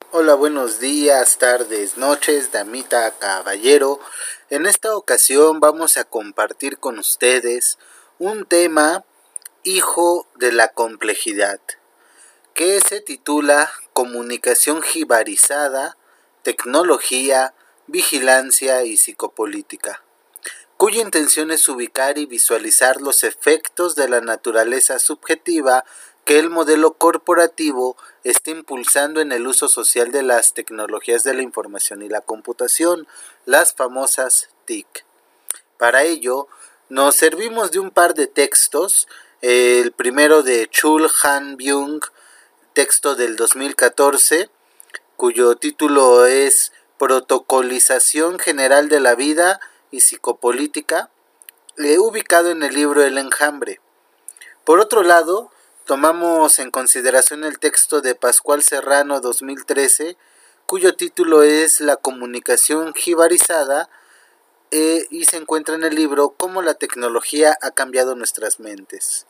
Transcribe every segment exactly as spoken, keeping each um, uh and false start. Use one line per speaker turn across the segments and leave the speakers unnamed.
Hola, buenos días, tardes, noches, damita, caballero. En esta ocasión vamos a compartir con ustedes un tema, hijo de la complejidad, que se titula Comunicación jibarizada, tecnología, vigilancia y psicopolítica, cuya intención es ubicar y visualizar los efectos de la naturaleza subjetiva que el modelo corporativo está impulsando en el uso social de las tecnologías de la información y la computación, las famosas T I C. Para ello, nos servimos de un par de textos, el primero de Chul Han Byung, texto del dos mil catorce, cuyo título es Protocolización General de la Vida y Psicopolítica, eh, ubicado en el libro El Enjambre. Por otro lado, tomamos en consideración el texto de Pascual Serrano dos mil trece, cuyo título es La comunicación jibarizada, eh, y se encuentra en el libro Cómo la tecnología ha cambiado nuestras mentes.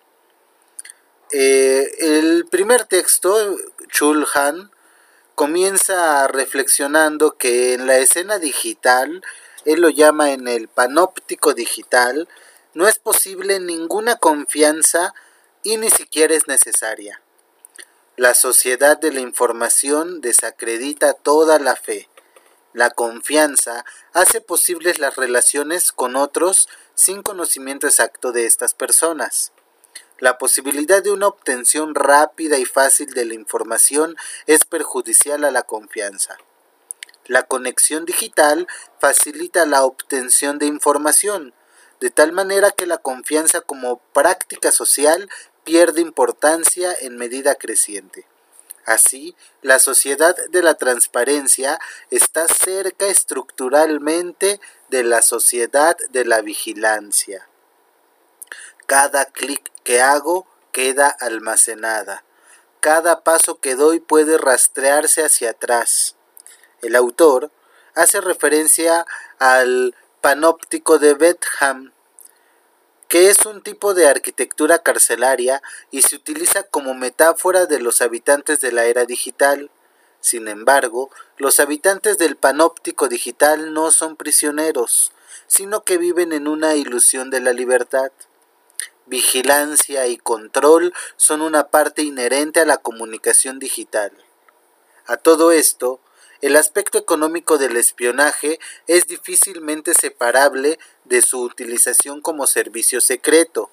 Eh, el primer texto, Chul Han, comienza reflexionando que en la escena digital, él lo llama en el panóptico digital, no es posible ninguna confianza y ni siquiera es necesaria. La sociedad de la información desacredita toda la fe. La confianza hace posibles las relaciones con otros sin conocimiento exacto de estas personas. La posibilidad de una obtención rápida y fácil de la información es perjudicial a la confianza. La conexión digital facilita la obtención de información, de tal manera que la confianza como práctica social pierde importancia en medida creciente. Así, la sociedad de la transparencia está cerca estructuralmente de la sociedad de la vigilancia. Cada clic que hago queda almacenada. Cada paso que doy puede rastrearse hacia atrás. El autor hace referencia al panóptico de Bentham, que es un tipo de arquitectura carcelaria y se utiliza como metáfora de los habitantes de la era digital. Sin embargo, los habitantes del panóptico digital no son prisioneros, sino que viven en una ilusión de la libertad. Vigilancia y control son una parte inherente a la comunicación digital. A todo esto, el aspecto económico del espionaje es difícilmente separable de su utilización como servicio secreto.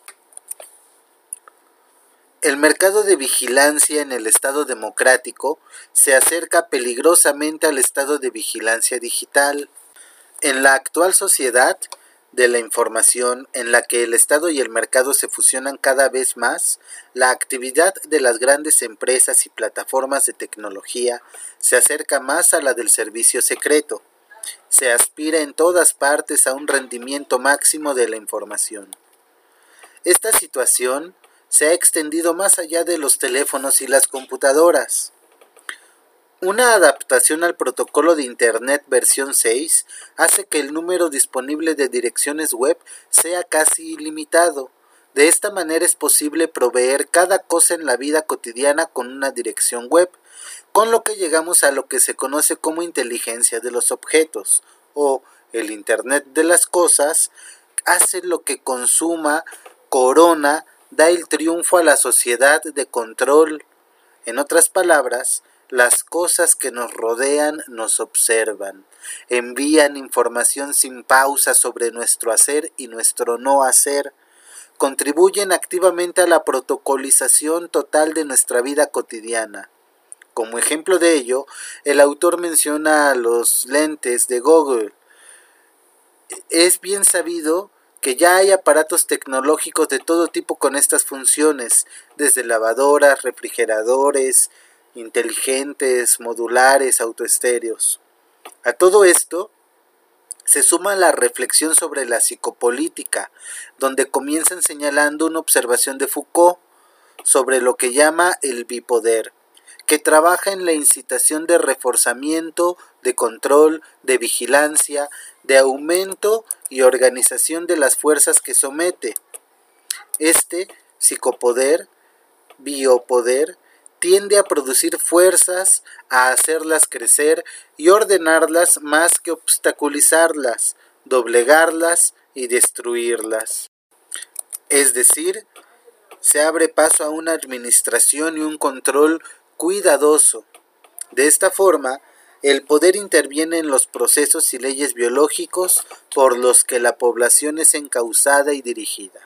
El mercado de vigilancia en el Estado democrático se acerca peligrosamente al estado de vigilancia digital. En la actual sociedad de la información, en la que el Estado y el mercado se fusionan cada vez más, la actividad de las grandes empresas y plataformas de tecnología se acerca más a la del servicio secreto. Se aspira en todas partes a un rendimiento máximo de la información. Esta situación se ha extendido más allá de los teléfonos y las computadoras. Una adaptación al protocolo de Internet versión seis hace que el número disponible de direcciones web sea casi ilimitado. De esta manera es posible proveer cada cosa en la vida cotidiana con una dirección web, con lo que llegamos a lo que se conoce como inteligencia de los objetos, o el Internet de las cosas, hace lo que consuma, corona, da el triunfo a la sociedad de control. En otras palabras, las cosas que nos rodean nos observan, envían información sin pausa sobre nuestro hacer y nuestro no hacer, contribuyen activamente a la protocolización total de nuestra vida cotidiana. Como ejemplo de ello, el autor menciona los lentes de Google. Es bien sabido que ya hay aparatos tecnológicos de todo tipo con estas funciones, desde lavadoras, refrigeradores, inteligentes, modulares, autoestéreos. A todo esto se suma la reflexión sobre la psicopolítica, donde comienzan señalando una observación de Foucault sobre lo que llama el bipoder, que trabaja en la incitación de reforzamiento, de control, de vigilancia, de aumento y organización de las fuerzas que somete. Este psicopoder, biopoder, tiende a producir fuerzas, a hacerlas crecer y ordenarlas más que obstaculizarlas, doblegarlas y destruirlas. Es decir, se abre paso a una administración y un control cuidadoso. De esta forma, el poder interviene en los procesos y leyes biológicos por los que la población es encauzada y dirigida.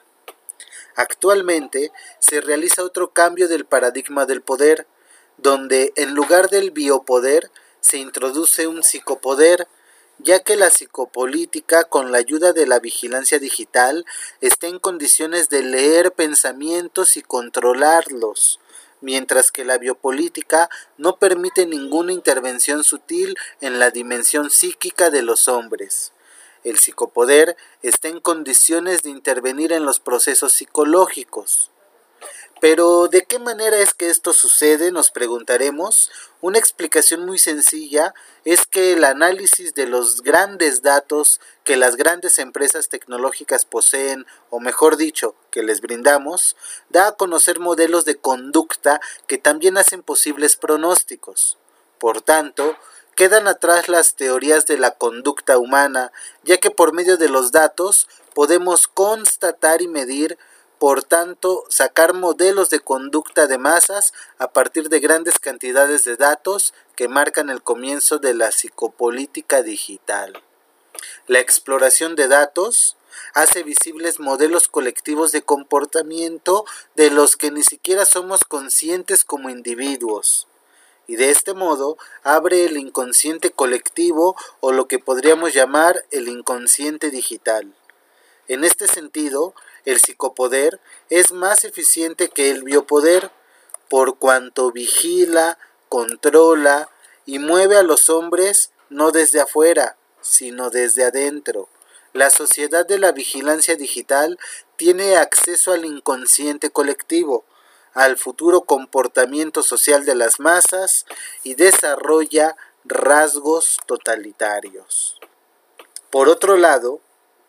Actualmente se realiza otro cambio del paradigma del poder, donde en lugar del biopoder se introduce un psicopoder, ya que la psicopolítica, con la ayuda de la vigilancia digital, está en condiciones de leer pensamientos y controlarlos, mientras que la biopolítica no permite ninguna intervención sutil en la dimensión psíquica de los hombres. El psicopoder está en condiciones de intervenir en los procesos psicológicos. Pero, ¿de qué manera es que esto sucede?, nos preguntaremos. Una explicación muy sencilla es que el análisis de los grandes datos que las grandes empresas tecnológicas poseen, o mejor dicho, que les brindamos, da a conocer modelos de conducta que también hacen posibles pronósticos. Por tanto, quedan atrás las teorías de la conducta humana, ya que por medio de los datos podemos constatar y medir, por tanto, sacar modelos de conducta de masas a partir de grandes cantidades de datos que marcan el comienzo de la psicopolítica digital. La exploración de datos hace visibles modelos colectivos de comportamiento de los que ni siquiera somos conscientes como individuos. Y de este modo abre el inconsciente colectivo, o lo que podríamos llamar el inconsciente digital. En este sentido, el psicopoder es más eficiente que el biopoder, por cuanto vigila, controla y mueve a los hombres no desde afuera, sino desde adentro. La sociedad de la vigilancia digital tiene acceso al inconsciente colectivo, al futuro comportamiento social de las masas y desarrolla rasgos totalitarios. Por otro lado,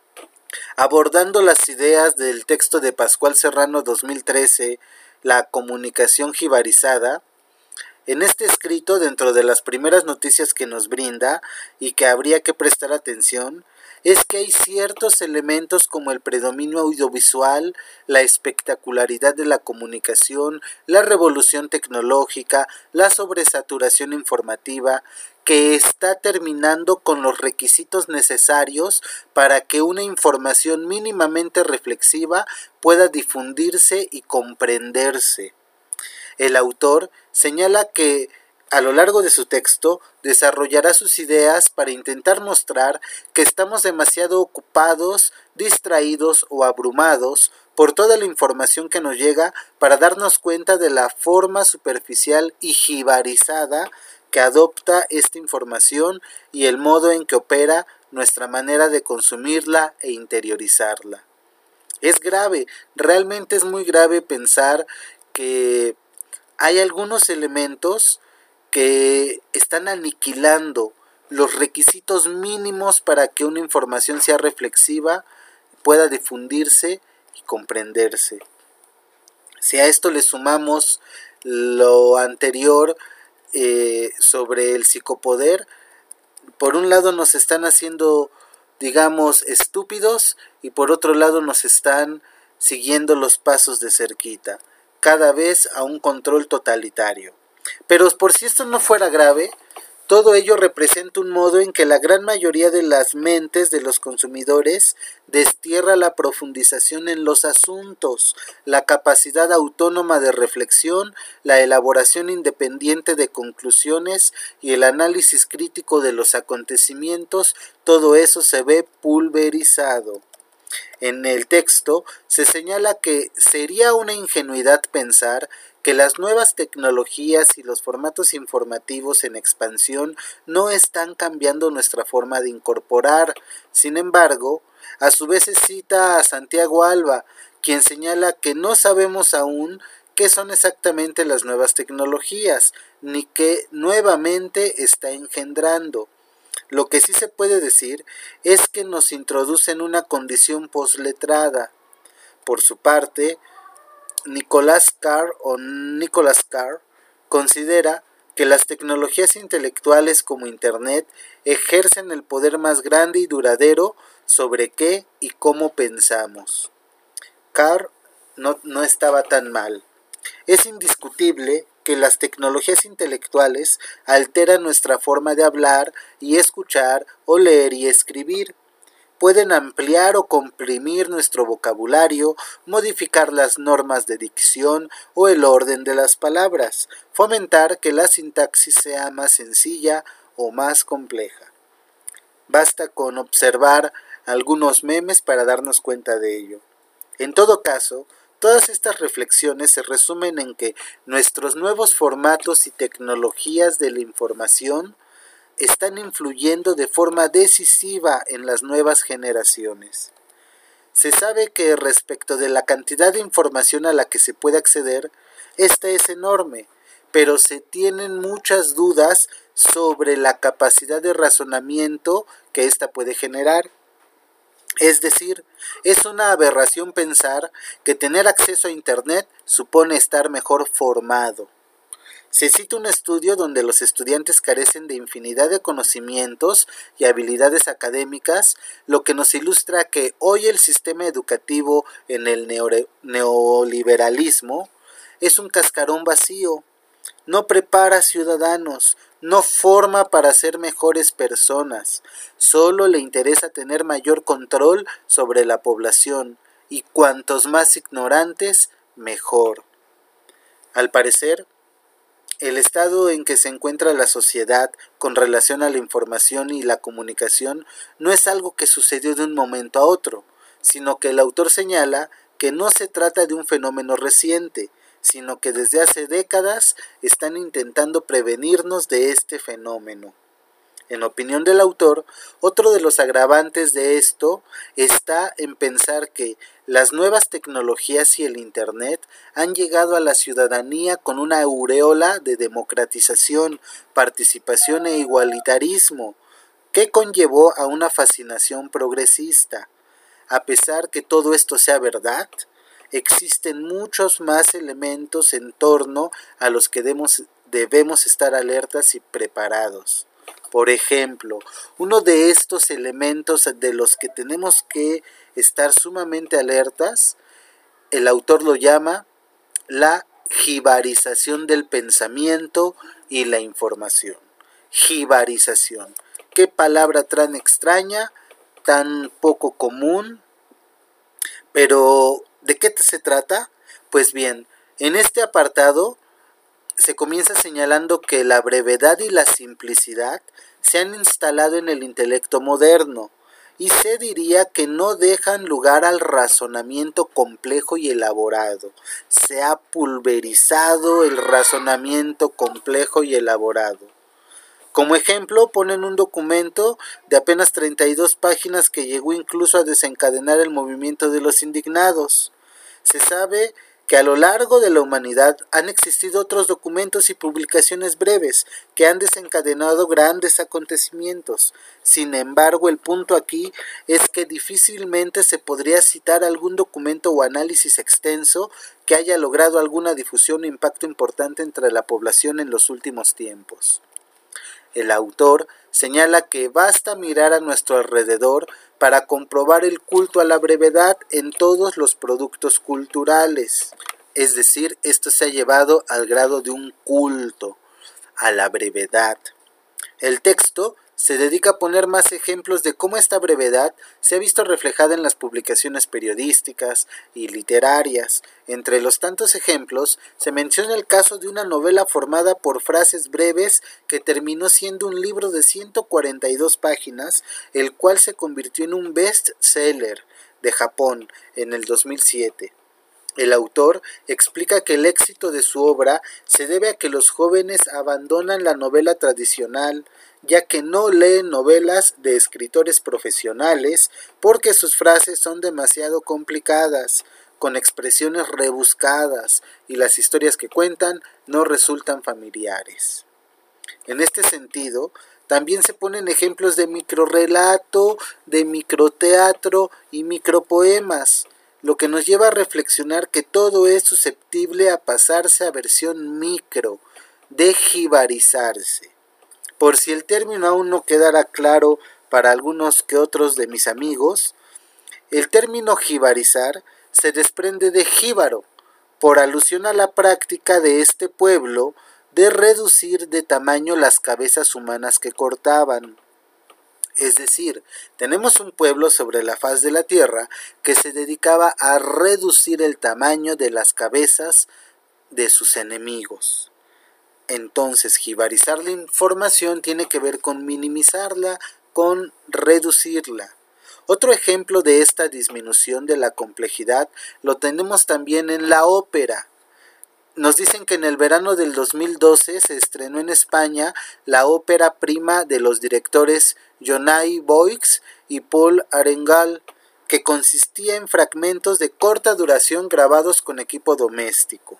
abordando las ideas del texto de Pascual Serrano dos mil trece, La comunicación jibarizada, en este escrito, dentro de las primeras noticias que nos brinda y que habría que prestar atención, es que hay ciertos elementos como el predominio audiovisual, la espectacularidad de la comunicación, la revolución tecnológica, la sobresaturación informativa, que está terminando con los requisitos necesarios para que una información mínimamente reflexiva pueda difundirse y comprenderse. El autor señala que a lo largo de su texto desarrollará sus ideas para intentar mostrar que estamos demasiado ocupados, distraídos o abrumados por toda la información que nos llega para darnos cuenta de la forma superficial y jibarizada que adopta esta información y el modo en que opera nuestra manera de consumirla e interiorizarla. Es grave, realmente es muy grave pensar que hay algunos elementos que están aniquilando los requisitos mínimos para que una información sea reflexiva, pueda difundirse y comprenderse. Si a esto le sumamos lo anterior eh, sobre el psicopoder, por un lado nos están haciendo, digamos, estúpidos, y por otro lado nos están siguiendo los pasos de cerquita, cada vez a un control totalitario. Pero por si esto no fuera grave, todo ello representa un modo en que la gran mayoría de las mentes de los consumidores destierra la profundización en los asuntos, la capacidad autónoma de reflexión, la elaboración independiente de conclusiones y el análisis crítico de los acontecimientos. Todo eso se ve pulverizado. En el texto se señala que sería una ingenuidad pensar que las nuevas tecnologías y los formatos informativos en expansión no están cambiando nuestra forma de incorporar. Sin embargo, a su vez se cita a Santiago Alba, quien señala que no sabemos aún qué son exactamente las nuevas tecnologías, ni qué nuevamente está engendrando. Lo que sí se puede decir es que nos introduce en una condición posletrada. Por su parte, Nicolás Carr o Nicholas Carr considera que las tecnologías intelectuales como Internet ejercen el poder más grande y duradero sobre qué y cómo pensamos. Carr no, no estaba tan mal. Es indiscutible que las tecnologías intelectuales alteran nuestra forma de hablar y escuchar o leer y escribir. Pueden ampliar o comprimir nuestro vocabulario, modificar las normas de dicción o el orden de las palabras, fomentar que la sintaxis sea más sencilla o más compleja. Basta con observar algunos memes para darnos cuenta de ello. En todo caso, todas estas reflexiones se resumen en que nuestros nuevos formatos y tecnologías de la información están influyendo de forma decisiva en las nuevas generaciones. Se sabe que respecto de la cantidad de información a la que se puede acceder, esta es enorme, pero se tienen muchas dudas sobre la capacidad de razonamiento que ésta puede generar. Es decir, es una aberración pensar que tener acceso a Internet supone estar mejor formado. Se cita un estudio donde los estudiantes carecen de infinidad de conocimientos y habilidades académicas, lo que nos ilustra que hoy el sistema educativo en el neoliberalismo es un cascarón vacío. No prepara ciudadanos, no forma para ser mejores personas, solo le interesa tener mayor control sobre la población, y cuantos más ignorantes, mejor. Al parecer, el estado en que se encuentra la sociedad con relación a la información y la comunicación no es algo que sucedió de un momento a otro, sino que el autor señala que no se trata de un fenómeno reciente, sino que desde hace décadas están intentando prevenirnos de este fenómeno. En opinión del autor, otro de los agravantes de esto está en pensar que las nuevas tecnologías y el Internet han llegado a la ciudadanía con una aureola de democratización, participación e igualitarismo, que conllevó a una fascinación progresista. A pesar que todo esto sea verdad, existen muchos más elementos en torno a los que debemos, debemos estar alertas y preparados. Por ejemplo, uno de estos elementos de los que tenemos que estar sumamente alertas, el autor lo llama la jibarización del pensamiento y la información. Jibarización. Qué palabra tan extraña, tan poco común, pero ¿de qué se trata? Pues bien, en este apartado se comienza señalando que la brevedad y la simplicidad se han instalado en el intelecto moderno y se diría que no dejan lugar al razonamiento complejo y elaborado. Se ha pulverizado el razonamiento complejo y elaborado. Como ejemplo, ponen un documento de apenas treinta y dos páginas que llegó incluso a desencadenar el movimiento de los indignados. Se sabe que a lo largo de la humanidad han existido otros documentos y publicaciones breves que han desencadenado grandes acontecimientos. Sin embargo, el punto aquí es que difícilmente se podría citar algún documento o análisis extenso que haya logrado alguna difusión o impacto importante entre la población en los últimos tiempos. El autor señala que basta mirar a nuestro alrededor para comprobar el culto a la brevedad en todos los productos culturales. Es decir, esto se ha llevado al grado de un culto a la brevedad. El texto se dedica a poner más ejemplos de cómo esta brevedad se ha visto reflejada en las publicaciones periodísticas y literarias. Entre los tantos ejemplos, se menciona el caso de una novela formada por frases breves que terminó siendo un libro de ciento cuarenta y dos páginas, el cual se convirtió en un best-seller de Japón en el dos mil siete. El autor explica que el éxito de su obra se debe a que los jóvenes abandonan la novela tradicional, ya que no leen novelas de escritores profesionales porque sus frases son demasiado complicadas, con expresiones rebuscadas, y las historias que cuentan no resultan familiares. En este sentido, también se ponen ejemplos de microrrelato, de microteatro y micropoemas, lo que nos lleva a reflexionar que todo es susceptible a pasarse a versión micro, de jibarizarse. Por si el término aún no quedara claro para algunos que otros de mis amigos, el término jibarizar se desprende de jíbaro, por alusión a la práctica de este pueblo de reducir de tamaño las cabezas humanas que cortaban. Es decir, tenemos un pueblo sobre la faz de la tierra que se dedicaba a reducir el tamaño de las cabezas de sus enemigos. Entonces, jibarizar la información tiene que ver con minimizarla, con reducirla. Otro ejemplo de esta disminución de la complejidad lo tenemos también en la ópera. Nos dicen que en el verano del dos mil doce se estrenó en España la ópera prima de los directores Jonay Boix y Paul Arengal, que consistía en fragmentos de corta duración grabados con equipo doméstico.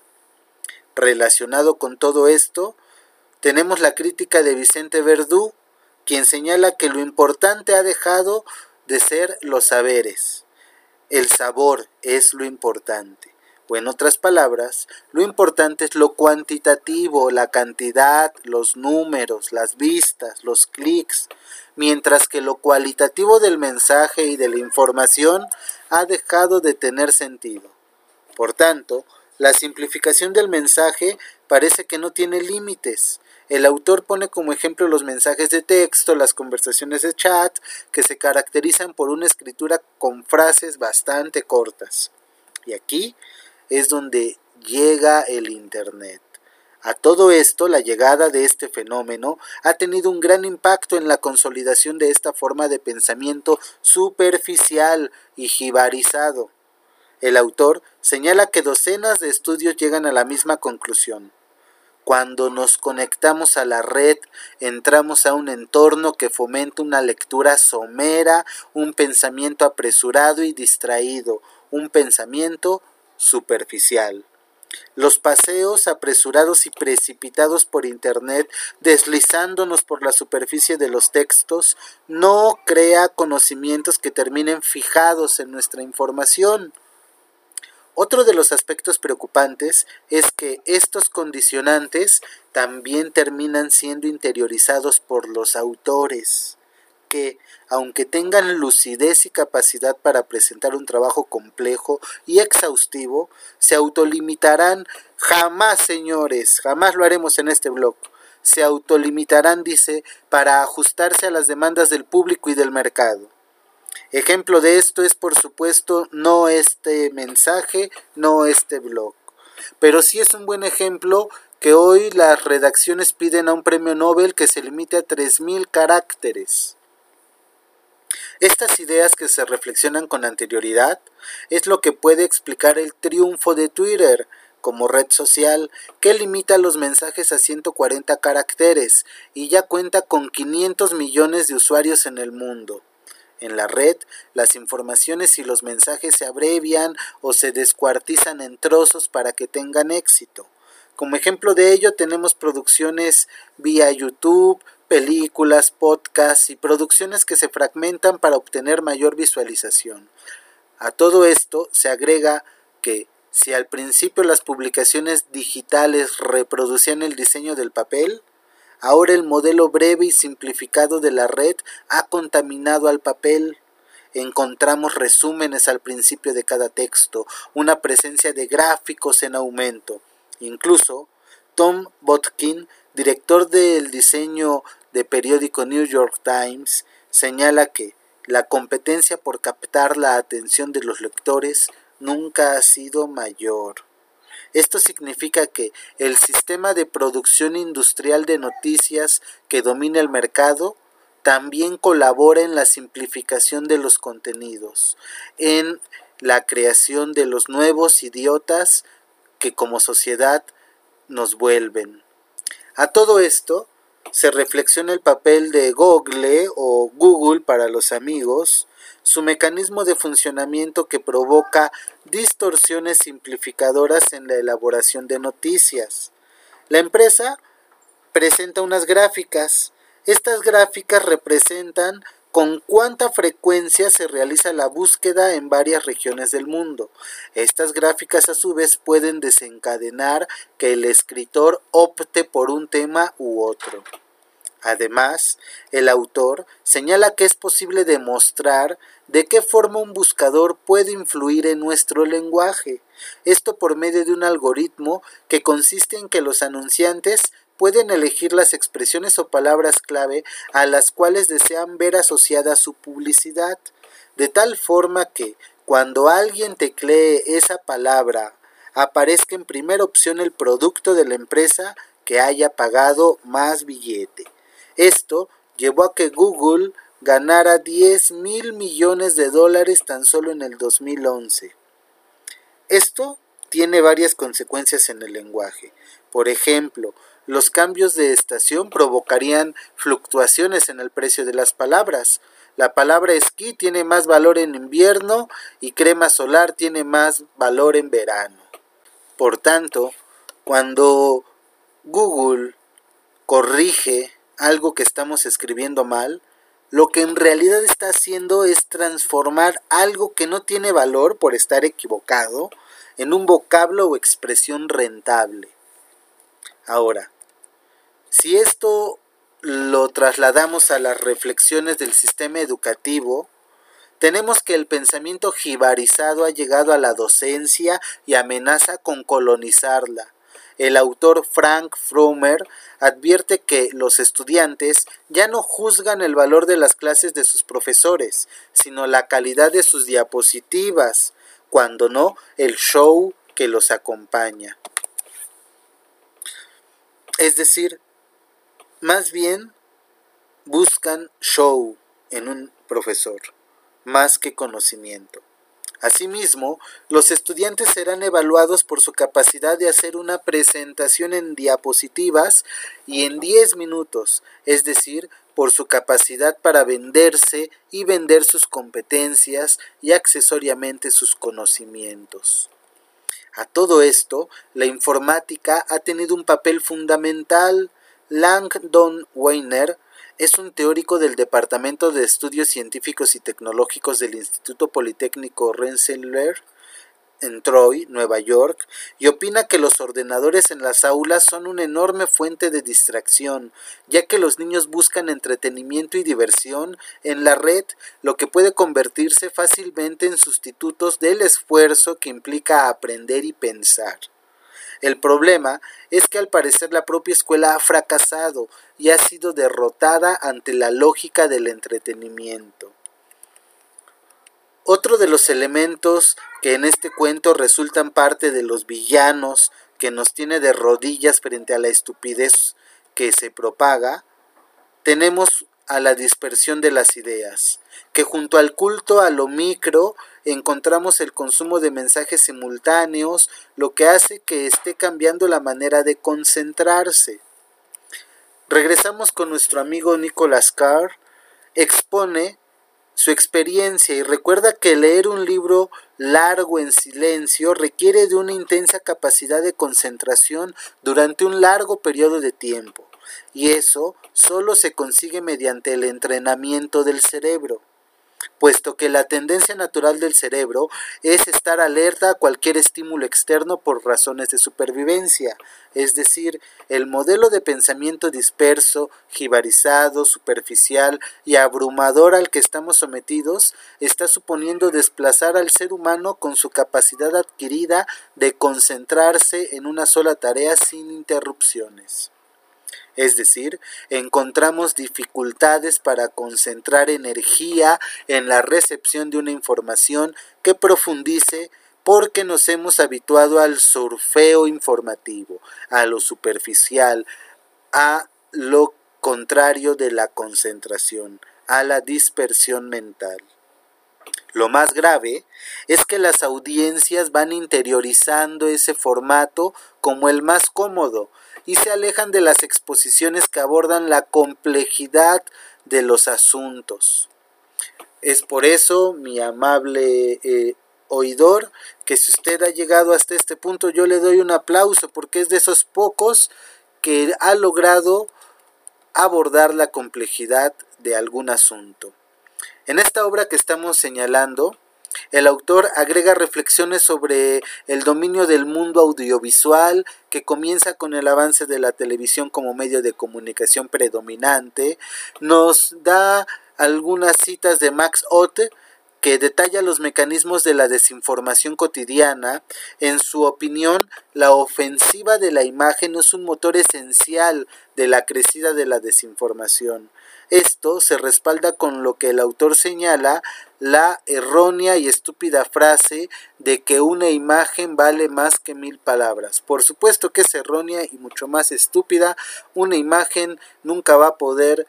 Relacionado con todo esto, tenemos la crítica de Vicente Verdú, quien señala que lo importante ha dejado de ser los saberes. El sabor es lo importante. O en otras palabras, lo importante es lo cuantitativo, la cantidad, los números, las vistas, los clics, mientras que lo cualitativo del mensaje y de la información ha dejado de tener sentido. Por tanto, la simplificación del mensaje parece que no tiene límites. El autor pone como ejemplo los mensajes de texto, las conversaciones de chat, que se caracterizan por una escritura con frases bastante cortas. Y aquí es donde llega el Internet. A todo esto, la llegada de este fenómeno ha tenido un gran impacto en la consolidación de esta forma de pensamiento superficial y jibarizado. El autor señala que docenas de estudios llegan a la misma conclusión. Cuando nos conectamos a la red, entramos a un entorno que fomenta una lectura somera, un pensamiento apresurado y distraído, un pensamiento superficial. Los paseos apresurados y precipitados por Internet, deslizándonos por la superficie de los textos, no crea conocimientos que terminen fijados en nuestra información. Otro de los aspectos preocupantes es que estos condicionantes también terminan siendo interiorizados por los autores, que, aunque tengan lucidez y capacidad para presentar un trabajo complejo y exhaustivo, se autolimitarán, jamás señores, jamás lo haremos en este blog, se autolimitarán, dice, para ajustarse a las demandas del público y del mercado. Ejemplo de esto es, por supuesto, no este mensaje, no este blog. Pero sí es un buen ejemplo que hoy las redacciones piden a un premio Nobel que se limite a tres mil caracteres. Estas ideas que se reflexionan con anterioridad es lo que puede explicar el triunfo de Twitter como red social, que limita los mensajes a ciento cuarenta caracteres y ya cuenta con quinientos millones de usuarios en el mundo. En la red, las informaciones y los mensajes se abrevian o se descuartizan en trozos para que tengan éxito. Como ejemplo de ello tenemos producciones vía YouTube, películas, podcasts y producciones que se fragmentan para obtener mayor visualización. A todo esto se agrega que si al principio las publicaciones digitales reproducían el diseño del papel, ahora el modelo breve y simplificado de la red ha contaminado al papel. Encontramos resúmenes al principio de cada texto, una presencia de gráficos en aumento. Incluso, Tom Botkin, director del diseño de periódico New York Times, señala que la competencia por captar la atención de los lectores nunca ha sido mayor. Esto significa que el sistema de producción industrial de noticias que domina el mercado también colabora en la simplificación de los contenidos, en la creación de los nuevos idiotas que como sociedad nos vuelven. A todo esto se reflexiona el papel de Google o Google para los amigos, su mecanismo de funcionamiento que provoca distorsiones simplificadoras en la elaboración de noticias. La empresa presenta unas gráficas. Estas gráficas representan con cuánta frecuencia se realiza la búsqueda en varias regiones del mundo. Estas gráficas a su vez pueden desencadenar que el escritor opte por un tema u otro. Además, el autor señala que es posible demostrar de qué forma un buscador puede influir en nuestro lenguaje. Esto por medio de un algoritmo que consiste en que los anunciantes pueden elegir las expresiones o palabras clave a las cuales desean ver asociada su publicidad, de tal forma que, cuando alguien teclee esa palabra, aparezca en primera opción el producto de la empresa que haya pagado más billete. Esto llevó a que Google ganara diez mil millones de dólares tan solo en el dos mil once. Esto tiene varias consecuencias en el lenguaje. Por ejemplo, los cambios de estación provocarían fluctuaciones en el precio de las palabras. La palabra esquí tiene más valor en invierno y crema solar tiene más valor en verano. Por tanto, cuando Google corrige algo que estamos escribiendo mal, lo que en realidad está haciendo es transformar algo que no tiene valor por estar equivocado en un vocablo o expresión rentable. Ahora, si esto lo trasladamos a las reflexiones del sistema educativo, tenemos que el pensamiento jibarizado ha llegado a la docencia y amenaza con colonizarla. El autor Frank Frommer advierte que los estudiantes ya no juzgan el valor de las clases de sus profesores, sino la calidad de sus diapositivas, cuando no el show que los acompaña. Es decir, más bien buscan show en un profesor, más que conocimiento. Asimismo, los estudiantes serán evaluados por su capacidad de hacer una presentación en diapositivas y en diez minutos, es decir, por su capacidad para venderse y vender sus competencias y accesoriamente sus conocimientos. A todo esto, la informática ha tenido un papel fundamental. Langdon Weiner es un teórico del Departamento de Estudios Científicos y Tecnológicos del Instituto Politécnico Rensselaer en Troy, Nueva York, y opina que los ordenadores en las aulas son una enorme fuente de distracción, ya que los niños buscan entretenimiento y diversión en la red, lo que puede convertirse fácilmente en sustitutos del esfuerzo que implica aprender y pensar. El problema es que al parecer la propia escuela ha fracasado y ha sido derrotada ante la lógica del entretenimiento. Otro de los elementos que en este cuento resultan parte de los villanos que nos tiene de rodillas frente a la estupidez que se propaga, tenemos a la dispersión de las ideas, que junto al culto a lo micro encontramos el consumo de mensajes simultáneos, lo que hace que esté cambiando la manera de concentrarse. Regresamos con nuestro amigo Nicholas Carr, expone su experiencia y recuerda que leer un libro largo en silencio requiere de una intensa capacidad de concentración durante un largo periodo de tiempo, y eso solo se consigue mediante el entrenamiento del cerebro, puesto que la tendencia natural del cerebro es estar alerta a cualquier estímulo externo por razones de supervivencia, es decir, el modelo de pensamiento disperso, jibarizado, superficial y abrumador al que estamos sometidos está suponiendo desplazar al ser humano con su capacidad adquirida de concentrarse en una sola tarea sin interrupciones. Es decir, encontramos dificultades para concentrar energía en la recepción de una información que profundice porque nos hemos habituado al surfeo informativo, a lo superficial, a lo contrario de la concentración, a la dispersión mental. Lo más grave es que las audiencias van interiorizando ese formato como el más cómodo y se alejan de las exposiciones que abordan la complejidad de los asuntos. Es por eso, mi amable eh, oidor, que si usted ha llegado hasta este punto, yo le doy un aplauso porque es de esos pocos que ha logrado abordar la complejidad de algún asunto. En esta obra que estamos señalando, el autor agrega reflexiones sobre el dominio del mundo audiovisual, que comienza con el avance de la televisión como medio de comunicación predominante. Nos da algunas citas de Max Ott, que detalla los mecanismos de la desinformación cotidiana. En su opinión, la ofensiva de la imagen es un motor esencial de la crecida de la desinformación. Esto se respalda con lo que el autor señala, la errónea y estúpida frase de que una imagen vale más que mil palabras. Por supuesto que es errónea y mucho más estúpida. Una imagen nunca va a poder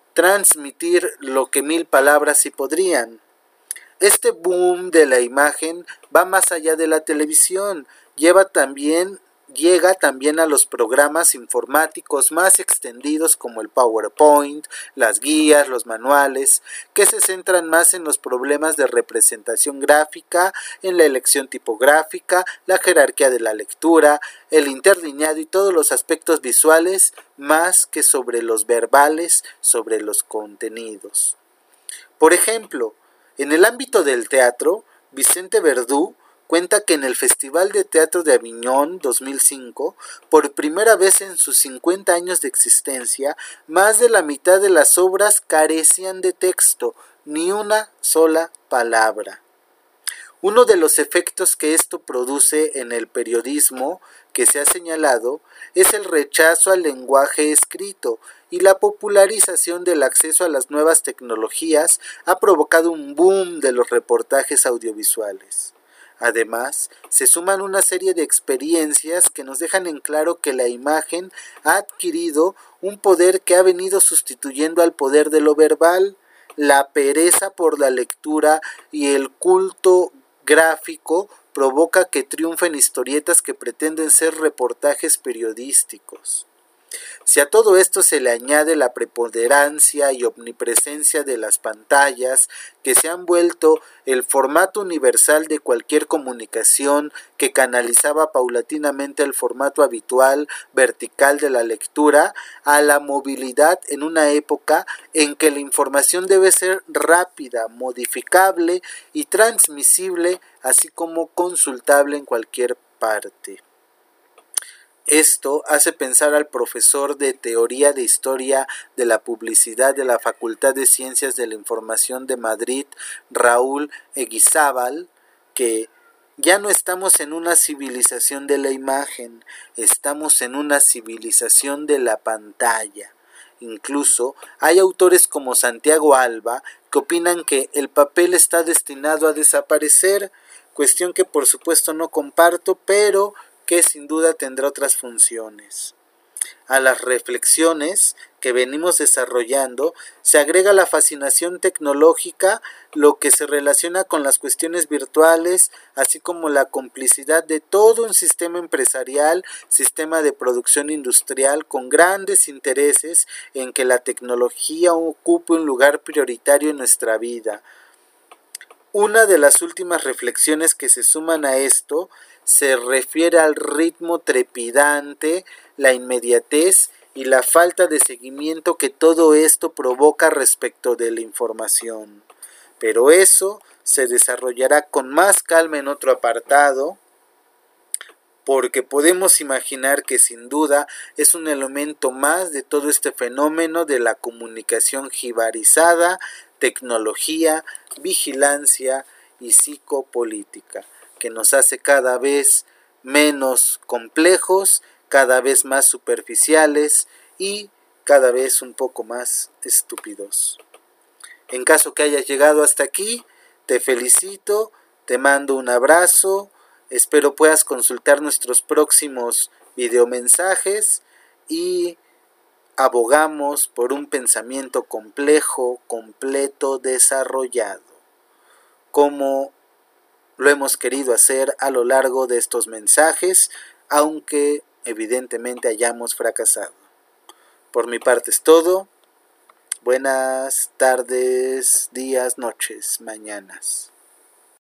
transmitir lo que mil palabras sí podrían. Este boom de la imagen va más allá de la televisión, lleva también, llega también a los programas informáticos más extendidos como el PowerPoint, las guías, los manuales, que se centran más en los problemas de representación gráfica, en la elección tipográfica, la jerarquía de la lectura, el interlineado y todos los aspectos visuales, más que sobre los verbales, sobre los contenidos. Por ejemplo, en el ámbito del teatro, Vicente Verdú cuenta que en el Festival de Teatro de Aviñón dos mil cinco, por primera vez en sus cincuenta años de existencia, más de la mitad de las obras carecían de texto, ni una sola palabra. Uno de los efectos que esto produce en el periodismo que se ha señalado es el rechazo al lenguaje escrito, y la popularización del acceso a las nuevas tecnologías ha provocado un boom de los reportajes audiovisuales. Además, se suman una serie de experiencias que nos dejan en claro que la imagen ha adquirido un poder que ha venido sustituyendo al poder de lo verbal. La pereza por la lectura y el culto gráfico provoca que triunfen historietas que pretenden ser reportajes periodísticos. Si a todo esto se le añade la preponderancia y omnipresencia de las pantallas, que se han vuelto el formato universal de cualquier comunicación, que canalizaba paulatinamente el formato habitual vertical de la lectura, a la movilidad en una época en que la información debe ser rápida, modificable y transmisible, así como consultable en cualquier parte. Esto hace pensar al profesor de Teoría de Historia de la Publicidad de la Facultad de Ciencias de la Información de Madrid, Raúl Eguizábal, que ya no estamos en una civilización de la imagen, estamos en una civilización de la pantalla. Incluso hay autores como Santiago Alba que opinan que el papel está destinado a desaparecer, cuestión que por supuesto no comparto, pero que sin duda tendrá otras funciones. A las reflexiones que venimos desarrollando se agrega la fascinación tecnológica, lo que se relaciona con las cuestiones virtuales, así como la complicidad de todo un sistema empresarial, sistema de producción industrial con grandes intereses en que la tecnología ocupe un lugar prioritario en nuestra vida. Una de las últimas reflexiones que se suman a esto se refiere al ritmo trepidante, la inmediatez y la falta de seguimiento que todo esto provoca respecto de la información. Pero eso se desarrollará con más calma en otro apartado, porque podemos imaginar que sin duda es un elemento más de todo este fenómeno de la comunicación jibarizada, tecnología, vigilancia y psicopolítica, que nos hace cada vez menos complejos, cada vez más superficiales y cada vez un poco más estúpidos. En caso que hayas llegado hasta aquí, te felicito, te mando un abrazo, espero puedas consultar nuestros próximos videomensajes y abogamos por un pensamiento complejo, completo, desarrollado, como lo hemos querido hacer a lo largo de estos mensajes, aunque evidentemente hayamos fracasado. Por mi parte es todo. Buenas tardes, días, noches, mañanas.